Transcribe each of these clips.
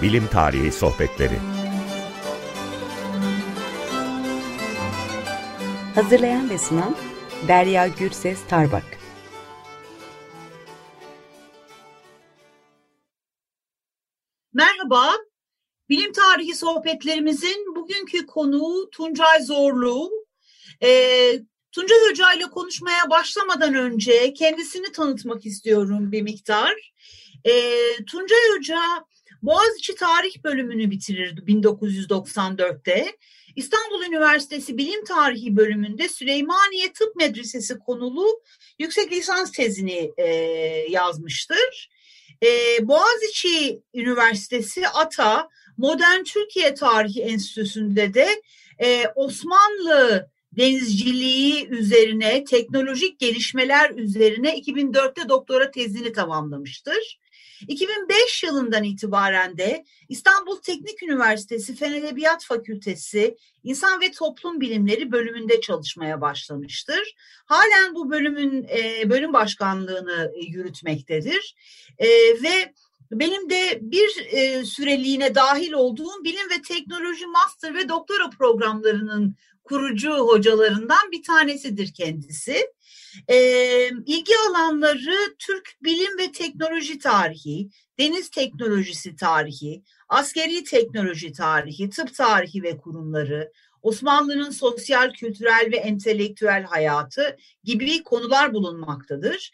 Bilim Tarihi Sohbetleri. Hazırlayan ve sunan Derya Gürses Tarbak. Merhaba, Bilim Tarihi Sohbetlerimizin bugünkü konuğu Tuncay Zorlu. Tuncay Hoca ile konuşmaya başlamadan önce kendisini tanıtmak istiyorum bir miktar. Tuncay Hoca Boğaziçi Tarih bölümünü bitirir 1994'te. İstanbul Üniversitesi Bilim Tarihi bölümünde Süleymaniye Tıp Medresesi konulu yüksek lisans tezini yazmıştır. Boğaziçi Üniversitesi ATA Modern Türkiye Tarihi Enstitüsü'nde de Osmanlı denizciliği üzerine, teknolojik gelişmeler üzerine 2004'te doktora tezini tamamlamıştır. 2005 yılından itibaren de İstanbul Teknik Üniversitesi Fen Edebiyat Fakültesi İnsan ve Toplum Bilimleri bölümünde çalışmaya başlamıştır. Halen bu bölümün bölüm başkanlığını yürütmektedir. Ve benim de bir süreliğine dahil olduğum bilim ve teknoloji master ve doktora programlarının kurucu hocalarından bir tanesidir kendisi. İlgi alanları Türk bilim ve teknoloji tarihi, deniz teknolojisi tarihi, askeri teknoloji tarihi, tıp tarihi ve kurumları, Osmanlı'nın sosyal, kültürel ve entelektüel hayatı gibi konular bulunmaktadır.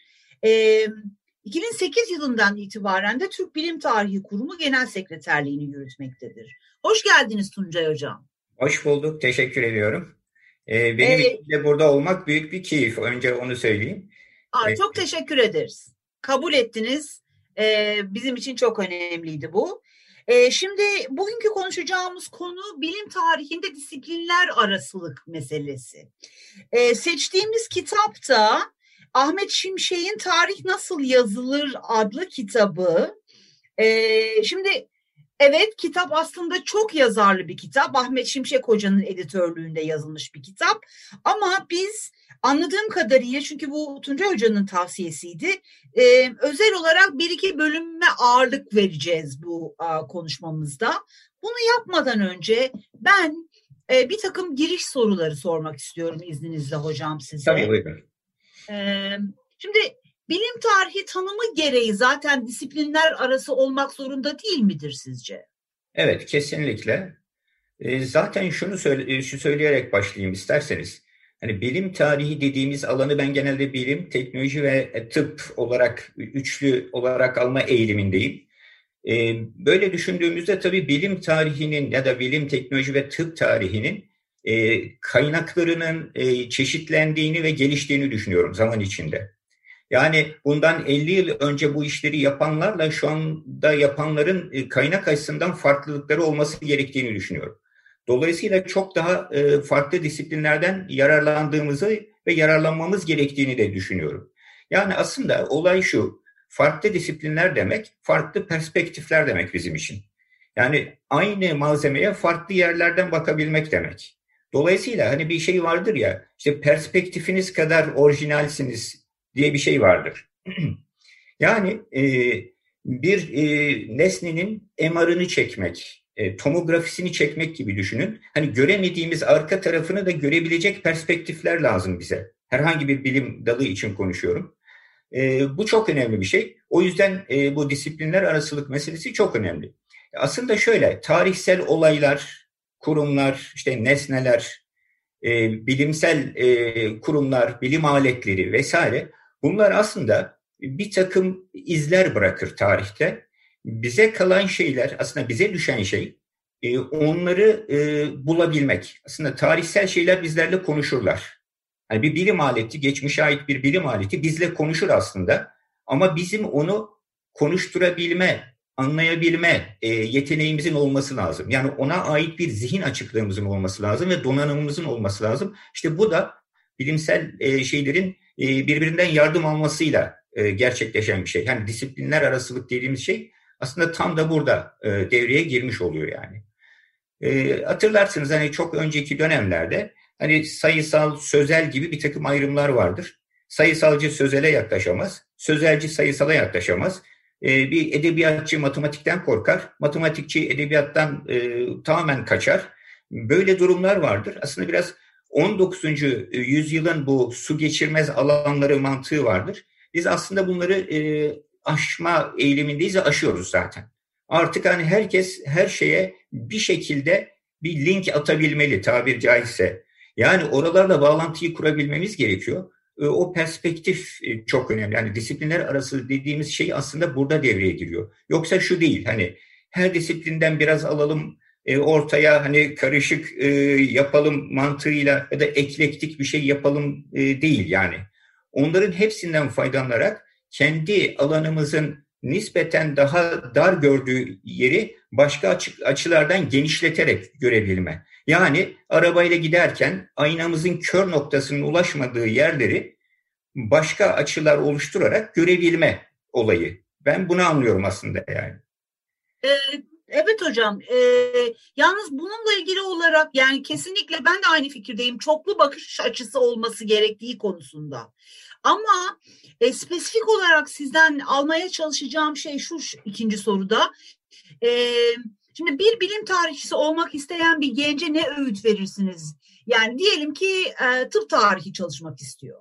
2008 yılından itibaren de Türk Bilim Tarihi Kurumu Genel Sekreterliğini yürütmektedir. Hoş geldiniz Tuncay Hocam. Hoş bulduk, teşekkür ediyorum. Benim için de burada olmak büyük bir keyif. Önce onu söyleyeyim. Çok teşekkür ederiz. Kabul ettiniz. Bizim için çok önemliydi bu. Şimdi bugünkü konuşacağımız konu bilim tarihinde disiplinler arasılık meselesi. Seçtiğimiz kitapta Ahmet Şimşek'in Tarih Nasıl Yazılır adlı kitabı. Şimdi evet, kitap aslında çok yazarlı bir kitap. Ahmet Şimşek Hoca'nın editörlüğünde yazılmış bir kitap. Ama biz anladığım kadarıyla, çünkü bu Tuncay Hoca'nın tavsiyesiydi, özel olarak bir iki bölüme ağırlık vereceğiz bu konuşmamızda. Bunu yapmadan önce ben bir takım giriş soruları sormak istiyorum izninizle hocam size. Tabii, buyurun. Şimdi bilim tarihi tanımı gereği zaten disiplinler arası olmak zorunda değil midir sizce? Evet, kesinlikle. Zaten şunu söyleyerek başlayayım isterseniz. Hani bilim tarihi dediğimiz alanı ben genelde bilim, teknoloji ve tıp olarak, üçlü olarak alma eğilimindeyim. Böyle düşündüğümüzde tabii bilim tarihinin ya da bilim, teknoloji ve tıp tarihinin kaynaklarının çeşitlendiğini ve geliştiğini düşünüyorum zaman içinde. Yani bundan 50 yıl önce bu işleri yapanlarla şu anda yapanların kaynak açısından farklılıkları olması gerektiğini düşünüyorum. Dolayısıyla çok daha farklı disiplinlerden yararlandığımızı ve yararlanmamız gerektiğini de düşünüyorum. Yani aslında olay şu, farklı disiplinler demek, farklı perspektifler demek bizim için. Yani aynı malzemeye farklı yerlerden bakabilmek demek. Dolayısıyla hani bir şey vardır ya, işte perspektifiniz kadar orijinalsiniz diye bir şey vardır. Yani bir nesnenin MR'ını çekmek, tomografisini çekmek gibi düşünün. Hani göremediğimiz arka tarafını da görebilecek perspektifler lazım bize. Herhangi bir bilim dalı için konuşuyorum. Bu çok önemli bir şey. O yüzden bu disiplinler arasılık meselesi çok önemli. Aslında şöyle, tarihsel olaylar, kurumlar, işte nesneler, bilimsel kurumlar, bilim aletleri vesaire, bunlar aslında bir takım izler bırakır tarihte. Bize kalan şeyler, aslında bize düşen şey onları bulabilmek. Aslında tarihsel şeyler bizlerle konuşurlar. Yani bir bilim aleti, geçmişe ait bir bilim aleti bizle konuşur aslında. Ama bizim onu konuşturabilme, anlayabilme yeteneğimizin olması lazım. Yani ona ait bir zihin açıklığımızın olması lazım ve donanımımızın olması lazım. İşte bu da bilimsel şeylerin birbirinden yardım almasıyla gerçekleşen bir şey. Yani disiplinler arasılık dediğimiz şey aslında tam da burada devreye girmiş oluyor yani. Hatırlarsınız hani çok önceki dönemlerde hani sayısal, sözel gibi bir takım ayrımlar vardır. Sayısalcı sözele yaklaşamaz, sözelci sayısala yaklaşamaz. Bir edebiyatçı matematikten korkar, matematikçi edebiyattan tamamen kaçar. Böyle durumlar vardır. Aslında biraz 19. yüzyılın bu su geçirmez alanları mantığı vardır. Biz aslında bunları aşma eğilimindeyiz ve aşıyoruz zaten. Artık hani herkes her şeye bir şekilde bir link atabilmeli tabiri caizse. Yani oralarla bağlantıyı kurabilmemiz gerekiyor. O perspektif çok önemli. Yani disiplinler arası dediğimiz şey aslında burada devreye giriyor. Yoksa şu değil, hani her disiplinden biraz alalım, ortaya hani karışık yapalım mantığıyla ya da eklektik bir şey yapalım değil yani. Onların hepsinden faydalanarak kendi alanımızın nispeten daha dar gördüğü yeri başka açılardan genişleterek görebilme. Yani arabayla giderken aynamızın kör noktasının ulaşmadığı yerleri başka açılar oluşturarak görebilme olayı. Ben bunu anlıyorum aslında yani. Evet hocam. Yalnız bununla ilgili olarak yani kesinlikle ben de aynı fikirdeyim. Çoklu bakış açısı olması gerektiği konusunda. Ama spesifik olarak sizden almaya çalışacağım şey şu ikinci soruda. Şimdi bir bilim tarihçisi olmak isteyen bir gence ne öğüt verirsiniz? Yani diyelim ki tıp tarihi çalışmak istiyor.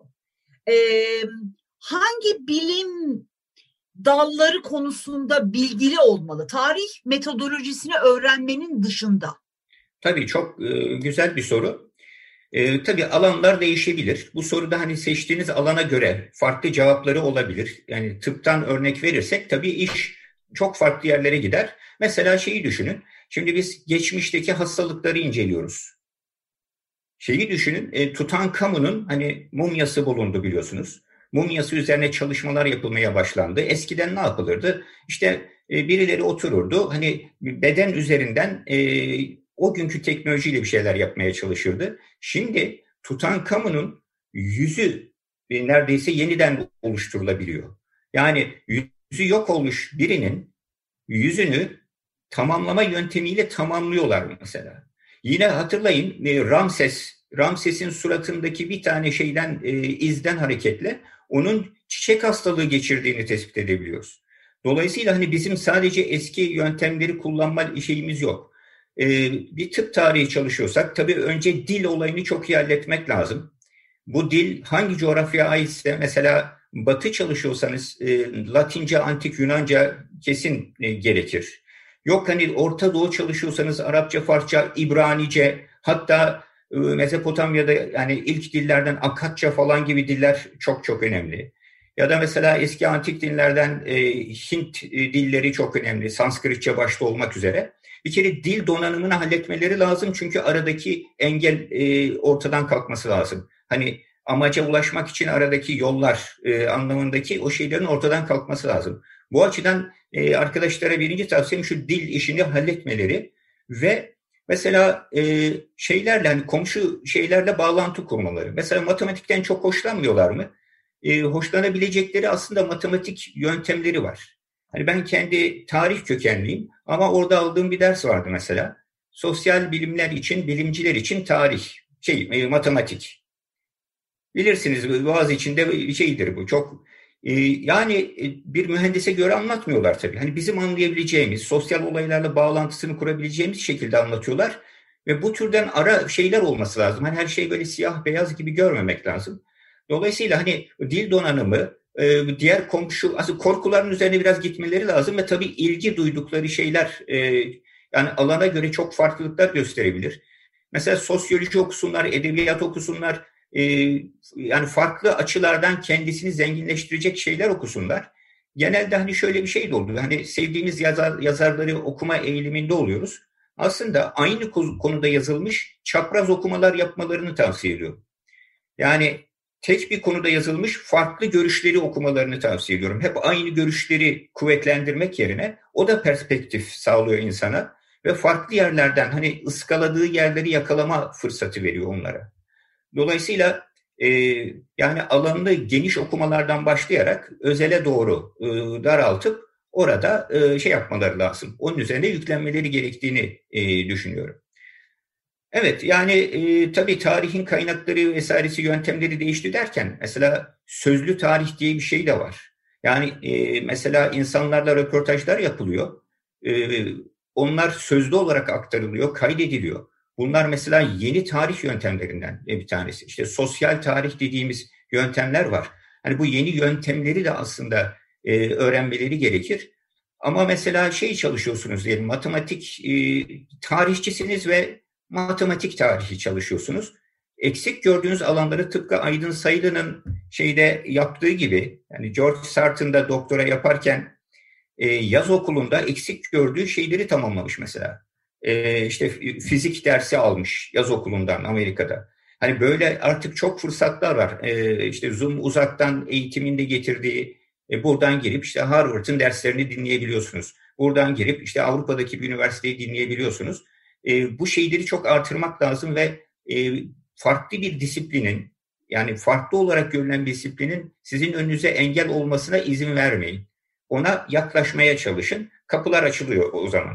Hangi bilim dalları konusunda bilgili olmalı? Tarih metodolojisini öğrenmenin dışında. Tabii çok güzel bir soru. Tabii alanlar değişebilir. Bu soruda hani seçtiğiniz alana göre farklı cevapları olabilir. Yani tıptan örnek verirsek tabii iş çok farklı yerlere gider. Mesela şeyi düşünün. Şimdi biz geçmişteki hastalıkları inceliyoruz. Şeyi düşünün. Tutankamon'un hani mumyası bulundu biliyorsunuz. Mumyası üzerine çalışmalar yapılmaya başlandı. Eskiden ne yapılırdı? İşte birileri otururdu. Hani beden üzerinden o günkü teknolojiyle bir şeyler yapmaya çalışırdı. Şimdi Tutankamon'un yüzü neredeyse yeniden oluşturulabiliyor. Yani yüzü yok olmuş birinin yüzünü tamamlama yöntemiyle tamamlıyorlar mesela. Yine hatırlayın Ramses'in suratındaki bir tane izden hareketle onun çiçek hastalığı geçirdiğini tespit edebiliyoruz. Dolayısıyla hani bizim sadece eski yöntemleri kullanma şeyimiz yok. Bir tıp tarihi çalışıyorsak tabii önce dil olayını çok iyi halletmek lazım. Bu dil hangi coğrafyaya aitse mesela Batı çalışıyorsanız Latince, Antik Yunanca kesin gerekir. Yok hani Orta Doğu çalışıyorsanız Arapça, Farsça, İbranice, hatta Mezopotamya'da yani ilk dillerden Akkadça falan gibi diller çok çok önemli. Ya da mesela eski antik dillerden Hint dilleri çok önemli. Sanskritçe başta olmak üzere. Bir kere dil donanımını halletmeleri lazım çünkü aradaki engel ortadan kalkması lazım. Hani amaca ulaşmak için aradaki yollar anlamındaki o şeylerin ortadan kalkması lazım. Bu açıdan arkadaşlara birinci tavsiyem şu dil işini halletmeleri ve mesela hani komşu şeylerle bağlantı kurmaları. Mesela matematikten çok hoşlanmıyorlar mı? Hoşlanabilecekleri aslında matematik yöntemleri var. Hani ben kendi tarih kökenliyim ama orada aldığım bir ders vardı mesela. Sosyal bilimler için, bilimciler için matematik. Bilirsiniz Boğaziçi'nde içinde şeydir bu. Çok yani bir mühendise göre anlatmıyorlar tabii. Hani bizim anlayabileceğimiz, sosyal olaylarla bağlantısını kurabileceğimiz şekilde anlatıyorlar. Ve bu türden ara şeyler olması lazım. Hani her şey böyle siyah beyaz gibi görmemek lazım. Dolayısıyla hani dil donanımı, diğer komşu, aslında korkuların üzerine biraz gitmeleri lazım ve tabii ilgi duydukları şeyler yani alana göre çok farklılıklar gösterebilir. Mesela sosyoloji okusunlar, edebiyat okusunlar, yani farklı açılardan kendisini zenginleştirecek şeyler okusunlar. Genelde hani şöyle bir şey de oluyor. Hani sevdiğimiz yazarları okuma eğiliminde oluyoruz. Aslında aynı konuda yazılmış çapraz okumalar yapmalarını tavsiye ediyorum. Yani tek bir konuda yazılmış farklı görüşleri okumalarını tavsiye ediyorum. Hep aynı görüşleri kuvvetlendirmek yerine o da perspektif sağlıyor insana ve farklı yerlerden hani ıskaladığı yerleri yakalama fırsatı veriyor onlara. Dolayısıyla yani alanını geniş okumalardan başlayarak özele doğru daraltıp orada şey yapmaları lazım. Onun üzerine yüklenmeleri gerektiğini düşünüyorum. Evet yani tabii tarihin kaynakları vesairesi yöntemleri değişti derken mesela sözlü tarih diye bir şey de var. Yani mesela insanlarla röportajlar yapılıyor. E, Onlar sözlü olarak aktarılıyor, kaydediliyor. Bunlar mesela yeni tarih yöntemlerinden bir tanesi. İşte sosyal tarih dediğimiz yöntemler var. Hani bu yeni yöntemleri de aslında öğrenmeleri gerekir. Ama mesela şey çalışıyorsunuz diyelim, matematik tarihçisiniz ve matematik tarihi çalışıyorsunuz. Eksik gördüğünüz alanları tıpkı Aydın Sayılı'nın şeyde yaptığı gibi, yani George Sarton da doktora yaparken yaz okulunda eksik gördüğü şeyleri tamamlamış mesela. İşte fizik dersi almış yaz okulundan Amerika'da. Hani böyle artık çok fırsatlar var. İşte Zoom uzaktan eğitiminde getirdiği, buradan girip işte Harvard'ın derslerini dinleyebiliyorsunuz. Buradan girip işte Avrupa'daki bir üniversiteyi dinleyebiliyorsunuz. Bu şeyleri çok artırmak lazım ve farklı bir disiplinin, yani farklı olarak görülen bir disiplinin sizin önünüze engel olmasına izin vermeyin. Ona yaklaşmaya çalışın. Kapılar açılıyor o zaman.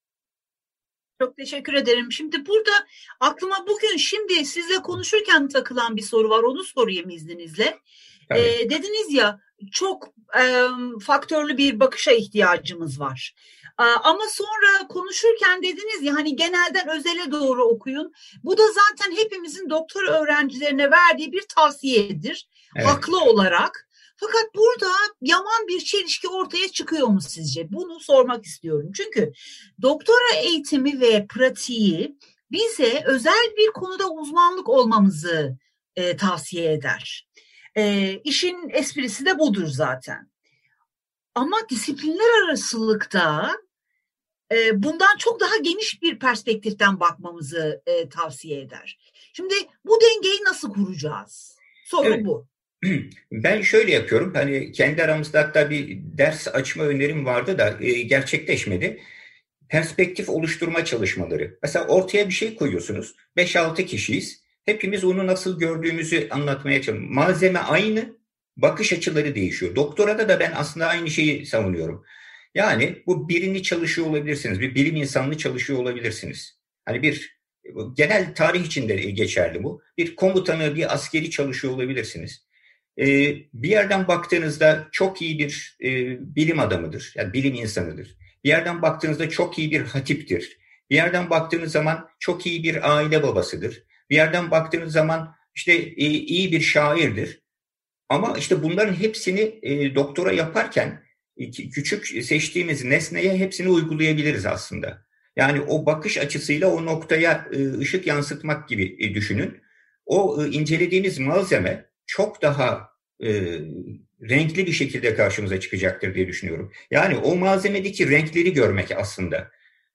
Çok teşekkür ederim. Şimdi burada aklıma bugün şimdi sizle konuşurken takılan bir soru var. Onu sorayım izninizle. Dediniz ya, çok faktörlü bir bakışa ihtiyacımız var. Ama sonra konuşurken dediniz ya, hani genelden özele doğru okuyun. Bu da zaten hepimizin doktora öğrencilerine verdiği bir tavsiyedir. Evet. Haklı olarak. Fakat burada yaman bir çelişki ortaya çıkıyor mu sizce? Bunu sormak istiyorum. Çünkü doktora eğitimi ve pratiği bize özel bir konuda uzmanlık olmamızı tavsiye eder. İşin esprisi de budur zaten. Ama disiplinler arasılıkta bundan çok daha geniş bir perspektiften bakmamızı tavsiye eder. Şimdi bu dengeyi nasıl kuracağız? Soru evet. Bu. Ben şöyle yapıyorum. Hani kendi aramızda hatta bir ders açma önerim vardı da gerçekleşmedi. Perspektif oluşturma çalışmaları. Mesela ortaya bir şey koyuyorsunuz. 5-6 kişiyiz. Hepimiz onu nasıl gördüğümüzü anlatmaya çalışıyoruz. Malzeme aynı, bakış açıları değişiyor. Doktorada da ben aslında aynı şeyi savunuyorum. Yani bu birini çalışıyor olabilirsiniz. Bir bilim insanını çalışıyor olabilirsiniz. Hani bir genel tarih için de geçerli bu. Bir komutanı, bir askeri çalışıyor olabilirsiniz. Bir yerden baktığınızda çok iyi bir bilim adamıdır. Yani bilim insanıdır. Bir yerden baktığınızda çok iyi bir hatiptir. Bir yerden baktığınız zaman çok iyi bir aile babasıdır. Bir yerden baktığınız zaman işte iyi bir şairdir. Ama işte bunların hepsini doktora yaparken küçük seçtiğimiz nesneye hepsini uygulayabiliriz aslında. Yani o bakış açısıyla o noktaya ışık yansıtmak gibi düşünün. O incelediğimiz malzeme çok daha renkli bir şekilde karşımıza çıkacaktır diye düşünüyorum. Yani o malzemedeki renkleri görmek aslında.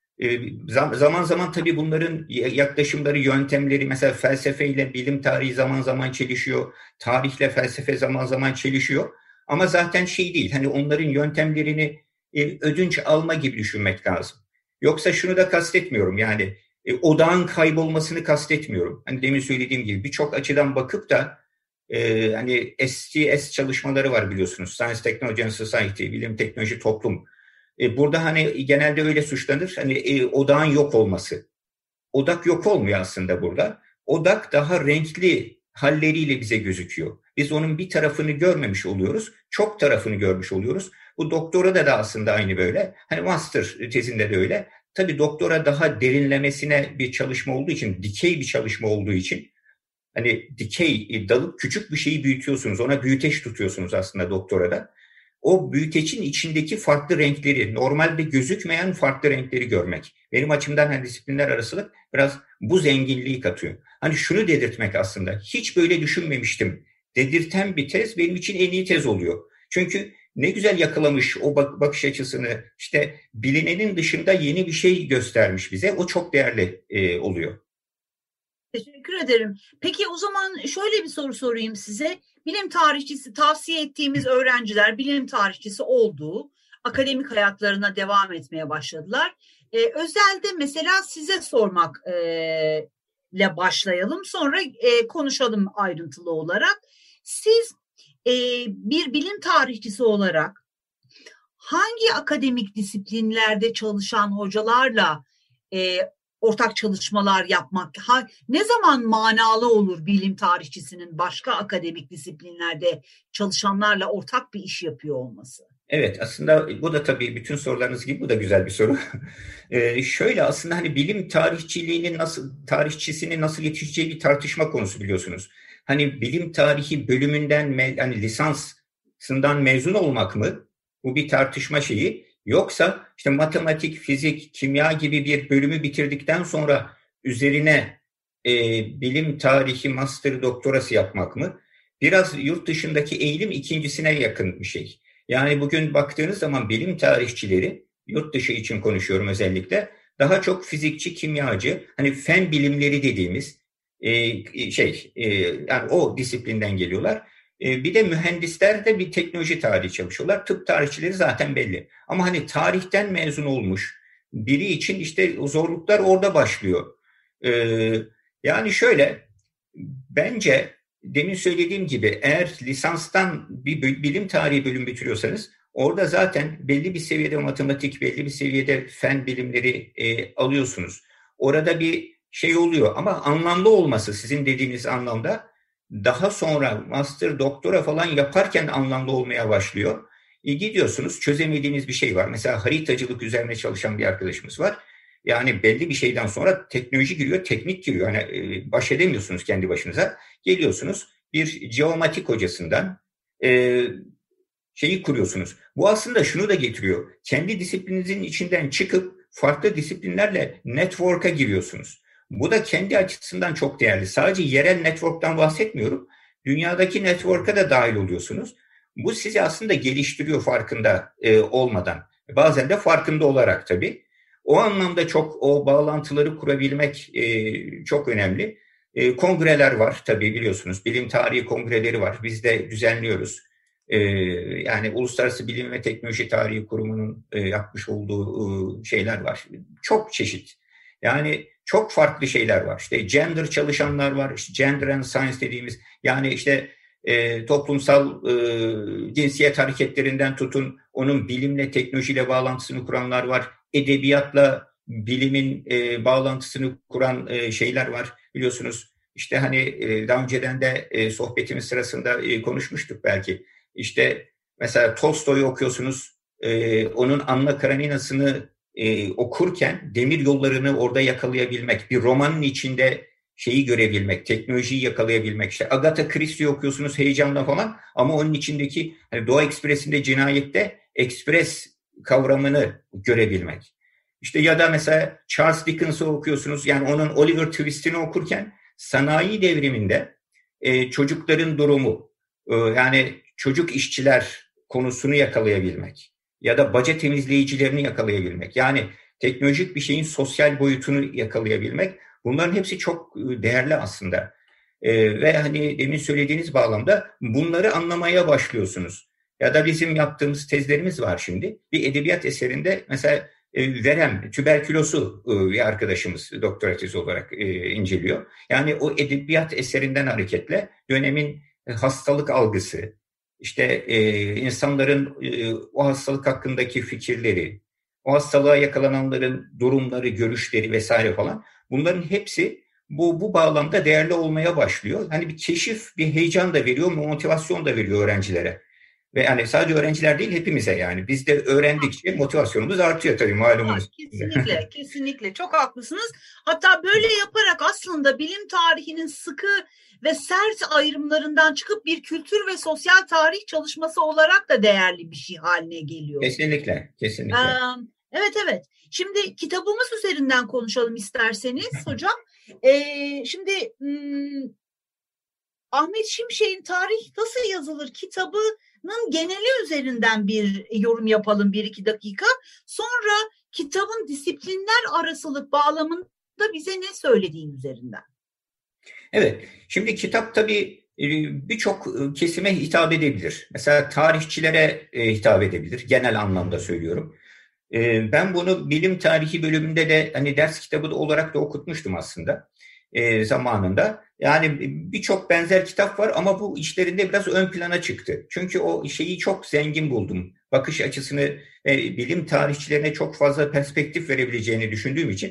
Zaman zaman tabii bunların yaklaşımları, yöntemleri, mesela felsefeyle bilim tarihi zaman zaman çelişiyor. Tarihle felsefe zaman zaman çelişiyor. Ama zaten şey değil, hani onların yöntemlerini ödünç alma gibi düşünmek lazım. Yoksa şunu da kastetmiyorum, yani odağın kaybolmasını kastetmiyorum. Hani demin söylediğim gibi birçok açıdan bakıp da hani STS çalışmaları var biliyorsunuz. Science, Technology and Society, Bilim, Teknoloji, Toplum. Burada hani genelde öyle suçlanır. Hani odağın yok olması. Odak yok olmuyor aslında burada. Odak daha renkli halleriyle bize gözüküyor. Biz onun bir tarafını görmemiş oluyoruz. Çok tarafını görmüş oluyoruz. Bu doktora da aslında aynı böyle. Hani master tezinde de öyle. Tabii doktora daha derinlemesine bir çalışma olduğu için, dikey bir çalışma olduğu için, hani dikey dalıp küçük bir şeyi büyütüyorsunuz. Ona büyüteç tutuyorsunuz aslında doktorada. O büyütecin içindeki farklı renkleri, normalde gözükmeyen farklı renkleri görmek. Benim açımdan hani disiplinler arasılık biraz bu zenginliği katıyor. Hani şunu dedirtmek aslında, hiç böyle düşünmemiştim dedirten bir tez benim için en iyi tez oluyor. Çünkü ne güzel yakalamış o bakış açısını, işte bilinenin dışında yeni bir şey göstermiş bize. O çok değerli oluyor. Teşekkür ederim. Peki o zaman şöyle bir soru sorayım size. Bilim tarihçisi tavsiye ettiğimiz öğrenciler bilim tarihçisi oldu. Akademik hayatlarına devam etmeye başladılar. Özelde mesela size sormak ile başlayalım. Sonra konuşalım ayrıntılı olarak. Siz bir bilim tarihçisi olarak hangi akademik disiplinlerde çalışan hocalarla ortak çalışmalar yapmak ne zaman manalı olur bilim tarihçisinin başka akademik disiplinlerde çalışanlarla ortak bir iş yapıyor olması? Evet, aslında bu da tabii bütün sorularınız gibi bu da güzel bir soru. Şöyle aslında hani bilim tarihçisinin nasıl yetişeceği bir tartışma konusu biliyorsunuz. Hani bilim tarihi bölümünden hani lisansından mezun olmak mı? Bu bir tartışma şeyi. Yoksa işte matematik, fizik, kimya gibi bir bölümü bitirdikten sonra üzerine bilim tarihi master doktorası yapmak mı? Biraz yurt dışındaki eğilim ikincisine yakın bir şey. Yani bugün baktığınız zaman bilim tarihçileri, yurt dışı için konuşuyorum özellikle, daha çok fizikçi, kimyacı, hani fen bilimleri dediğimiz yani o disiplinden geliyorlar. Bir de mühendisler de bir teknoloji tarihi çalışıyorlar. Tıp tarihçileri zaten belli. Ama hani tarihten mezun olmuş biri için işte zorluklar orada başlıyor. Yani şöyle, bence demin söylediğim gibi eğer lisanstan bir bilim tarihi bölüm bitiriyorsanız orada zaten belli bir seviyede matematik, belli bir seviyede fen bilimleri alıyorsunuz. Orada bir şey oluyor ama anlamlı olması sizin dediğiniz anlamda daha sonra master, doktora falan yaparken anlamlı olmaya başlıyor. Gidiyorsunuz, çözemediğiniz bir şey var. Mesela haritacılık üzerine çalışan bir arkadaşımız var. Yani belli bir şeyden sonra teknoloji giriyor, teknik giriyor. Yani baş edemiyorsunuz kendi başınıza. Geliyorsunuz bir geomatik hocasından şeyi kuruyorsunuz. Bu aslında şunu da getiriyor. Kendi disiplininizin içinden çıkıp farklı disiplinlerle network'a giriyorsunuz. Bu da kendi açısından çok değerli. Sadece yerel network'tan bahsetmiyorum. Dünyadaki network'a da dahil oluyorsunuz. Bu sizi aslında geliştiriyor farkında olmadan. Bazen de farkında olarak tabii. O anlamda çok o bağlantıları kurabilmek çok önemli. Kongreler var tabii biliyorsunuz. Bilim tarihi kongreleri var. Biz de düzenliyoruz. Yani Uluslararası Bilim ve Teknoloji Tarihi Kurumu'nun yapmış olduğu şeyler var. Çok çeşit. Yani çok farklı şeyler var. İşte gender çalışanlar var. İşte gender and science dediğimiz yani işte toplumsal cinsiyet hareketlerinden tutun onun bilimle teknolojiyle bağlantısını kuranlar var. Edebiyatla bilimin bağlantısını kuran şeyler var biliyorsunuz. İşte hani daha önceden de sohbetimiz sırasında konuşmuştuk belki. İşte mesela Tolstoy'u okuyorsunuz, onun Anna Karenina'sını okurken demir yollarını orada yakalayabilmek, bir romanın içinde şeyi görebilmek, teknolojiyi yakalayabilmek. İşte Agatha Christie'yi okuyorsunuz heyecanla falan ama onun içindeki hani Doğu Ekspresi'nde cinayette ekspres kavramını görebilmek. İşte ya da mesela Charles Dickens'ı okuyorsunuz yani onun Oliver Twist'ini okurken sanayi devriminde çocukların durumu yani çocuk işçiler konusunu yakalayabilmek ya da baca temizleyicilerini yakalayabilmek. Yani teknolojik bir şeyin sosyal boyutunu yakalayabilmek. Bunların hepsi çok değerli aslında. Ve hani demin söylediğiniz bağlamda bunları anlamaya başlıyorsunuz. Ya da bizim yaptığımız tezlerimiz var şimdi. Bir edebiyat eserinde mesela verem, tüberkülozu bir arkadaşımız doktora tezi olarak inceliyor. Yani o edebiyat eserinden hareketle dönemin hastalık algısı, işte insanların o hastalık hakkındaki fikirleri, o hastalığa yakalananların durumları, görüşleri vesaire falan bunların hepsi bu bağlamda değerli olmaya başlıyor. Hani bir keşif, bir heyecan da veriyor, motivasyon da veriyor öğrencilere. Ve yani sadece öğrenciler değil hepimize yani. Biz de öğrendikçe motivasyonumuz artıyor tabii malumunuz. Kesinlikle, kesinlikle. Çok haklısınız. Hatta böyle yaparak aslında bilim tarihinin sıkı ve sert ayrımlarından çıkıp bir kültür ve sosyal tarih çalışması olarak da değerli bir şey haline geliyor. Kesinlikle, kesinlikle. Evet. Şimdi kitabımız üzerinden konuşalım isterseniz hocam. Şimdi Ahmet Şimşek'in Tarih Nasıl Yazılır kitabının geneli üzerinden bir yorum yapalım 1-2 dakika. Sonra kitabın disiplinler arasılık bağlamında bize ne söylediğin üzerinden. Evet, şimdi kitap tabii birçok kesime hitap edebilir. Mesela tarihçilere hitap edebilir, genel anlamda söylüyorum. Ben bunu bilim tarihi bölümünde de hani ders kitabı olarak da okutmuştum aslında zamanında. Yani birçok benzer kitap var ama bu işlerinde biraz ön plana çıktı. Çünkü o şeyi çok zengin buldum. Bakış açısını bilim tarihçilerine çok fazla perspektif verebileceğini düşündüğüm için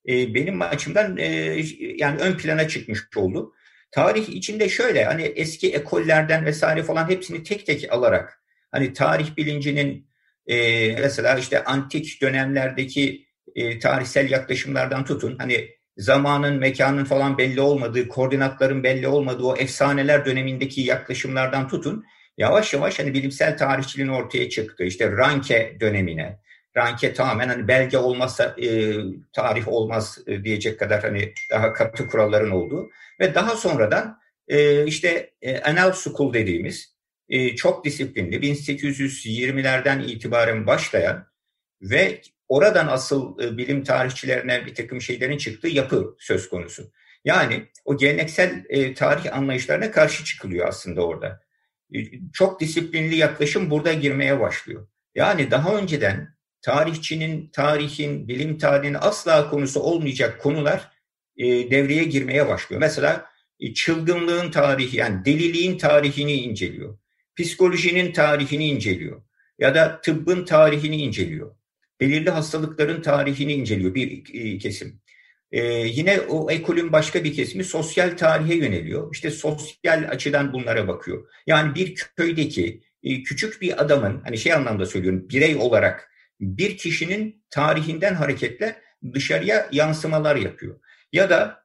benim açımdan yani ön plana çıkmış oldu. Tarih içinde şöyle hani eski ekollerden vesaire falan hepsini tek tek alarak hani tarih bilincinin mesela işte antik dönemlerdeki tarihsel yaklaşımlardan tutun hani zamanın, mekanın falan belli olmadığı, koordinatların belli olmadığı o efsaneler dönemindeki yaklaşımlardan tutun yavaş yavaş hani bilimsel tarihçiliğin ortaya çıktı. İşte Ranke dönemine. Ranke tamamen hani belge olmazsa tarih olmaz diyecek kadar hani daha katı kuralların olduğu ve daha sonradan işte Annales School dediğimiz çok disiplinli 1820'lerden itibaren başlayan ve oradan asıl bilim tarihçilerine bir takım şeylerin çıktığı yapı söz konusu. Yani o geleneksel tarih anlayışlarına karşı çıkılıyor aslında orada. Çok disiplinli yaklaşım burada girmeye başlıyor. Yani daha önceden tarihçinin, tarihin, bilim tarihinin asla konusu olmayacak konular devreye girmeye başlıyor. Mesela çılgınlığın tarihi, yani deliliğin tarihini inceliyor. Psikolojinin tarihini inceliyor. Ya da tıbbın tarihini inceliyor. Belirli hastalıkların tarihini inceliyor bir kesim. Yine o ekolün başka bir kesimi sosyal tarihe yöneliyor. İşte sosyal açıdan bunlara bakıyor. Yani bir köydeki küçük bir adamın, hani şey anlamda söylüyorum, birey olarak bir kişinin tarihinden hareketle dışarıya yansımalar yapıyor. Ya da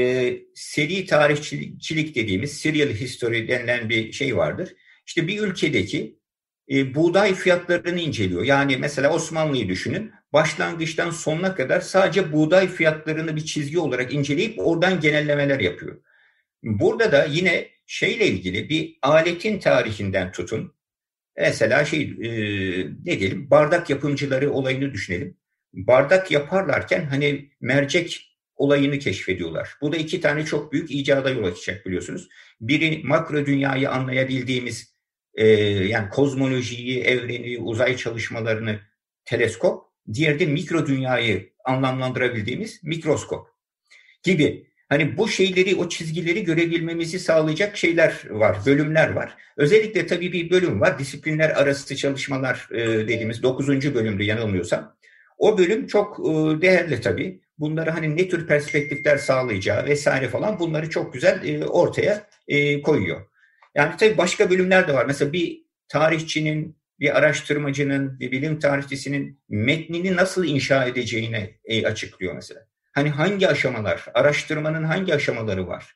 seri tarihçilik dediğimiz serial history denilen bir şey vardır. İşte bir ülkedeki buğday fiyatlarını inceliyor. Yani mesela Osmanlı'yı düşünün. Başlangıçtan sonuna kadar sadece buğday fiyatlarını bir çizgi olarak inceleyip oradan genellemeler yapıyor. Burada da yine şeyle ilgili bir aletin tarihinden tutun. Mesela ne diyelim, bardak yapımcıları olayını düşünelim. Bardak yaparlarken hani mercek olayını keşfediyorlar. Bu da 2 tane çok büyük icada yol açacak biliyorsunuz. Biri makro dünyayı anlayabildiğimiz yani kozmolojiyi, evreni, uzay çalışmalarını teleskop, diğeri de mikro dünyayı anlamlandırabildiğimiz mikroskop gibi. Hani bu şeyleri, o çizgileri görebilmemizi sağlayacak şeyler var, bölümler var. Özellikle tabii bir bölüm var, disiplinler arası çalışmalar dediğimiz 9. bölümde yanılmıyorsam. O bölüm çok değerli tabii. Bunları hani ne tür perspektifler sağlayacağı vesaire falan bunları çok güzel ortaya koyuyor. Yani tabii başka bölümler de var. Mesela bir tarihçinin, bir araştırmacının, bir bilim tarihçisinin metnini nasıl inşa edeceğini açıklıyor mesela. Hani hangi aşamalar, araştırmanın hangi aşamaları var?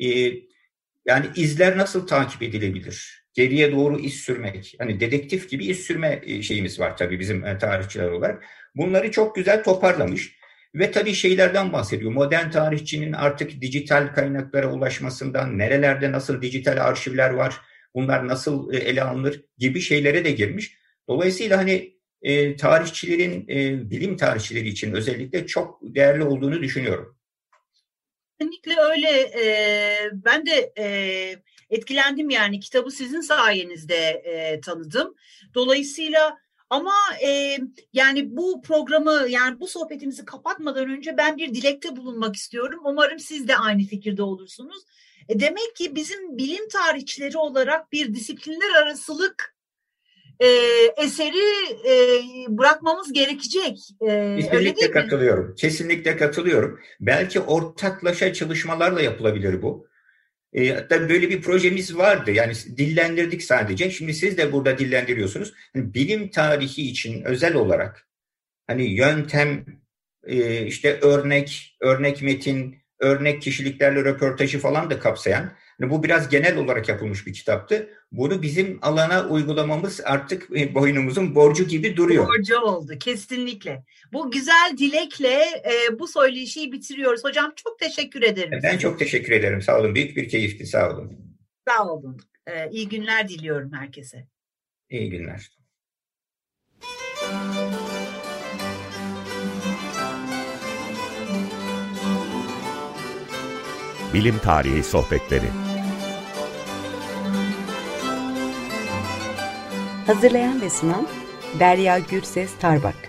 Yani izler nasıl takip edilebilir? Geriye doğru iz sürmek. Hani dedektif gibi iz sürme şeyimiz var tabii bizim tarihçiler olarak. Bunları çok güzel toparlamış. Ve tabii şeylerden bahsediyor. Modern tarihçinin artık dijital kaynaklara ulaşmasından, nerelerde nasıl dijital arşivler var, bunlar nasıl ele alınır gibi şeylere de girmiş. Dolayısıyla hani tarihçilerin, bilim tarihçileri için özellikle çok değerli olduğunu düşünüyorum. Kesinlikle öyle. Ben de etkilendim, yani kitabı sizin sayenizde tanıdım. Dolayısıyla ama yani bu programı, yani bu sohbetimizi kapatmadan önce ben bir dilekte bulunmak istiyorum. Umarım siz de aynı fikirde olursunuz. Demek ki bizim bilim tarihçileri olarak bir disiplinler arasılık eseri bırakmamız gerekecek. Kesinlikle katılıyorum. Kesinlikle katılıyorum. Belki ortaklaşa çalışmalarla yapılabilir bu. Tabii böyle bir projemiz vardı. Yani dillendirdik sadece. Şimdi siz de burada dillendiriyorsunuz. Yani bilim tarihi için özel olarak hani yöntem, işte örnek metin, örnek kişiliklerle röportajı falan da kapsayan, yani bu biraz genel olarak yapılmış bir kitaptı. Bunu bizim alana uygulamamız artık boynumuzun borcu gibi duruyor. Borcu oldu kesinlikle. Bu güzel dilekle bu söyleşiyi bitiriyoruz. Hocam çok teşekkür ederim. Ben çok teşekkür ederim. Sağ olun. Büyük bir keyifti. Sağ olun. Sağ olun. İyi günler diliyorum herkese. İyi günler. Bilim Tarihi Sohbetleri. Hazırlayan ve sunan Derya Gürses Tarbak.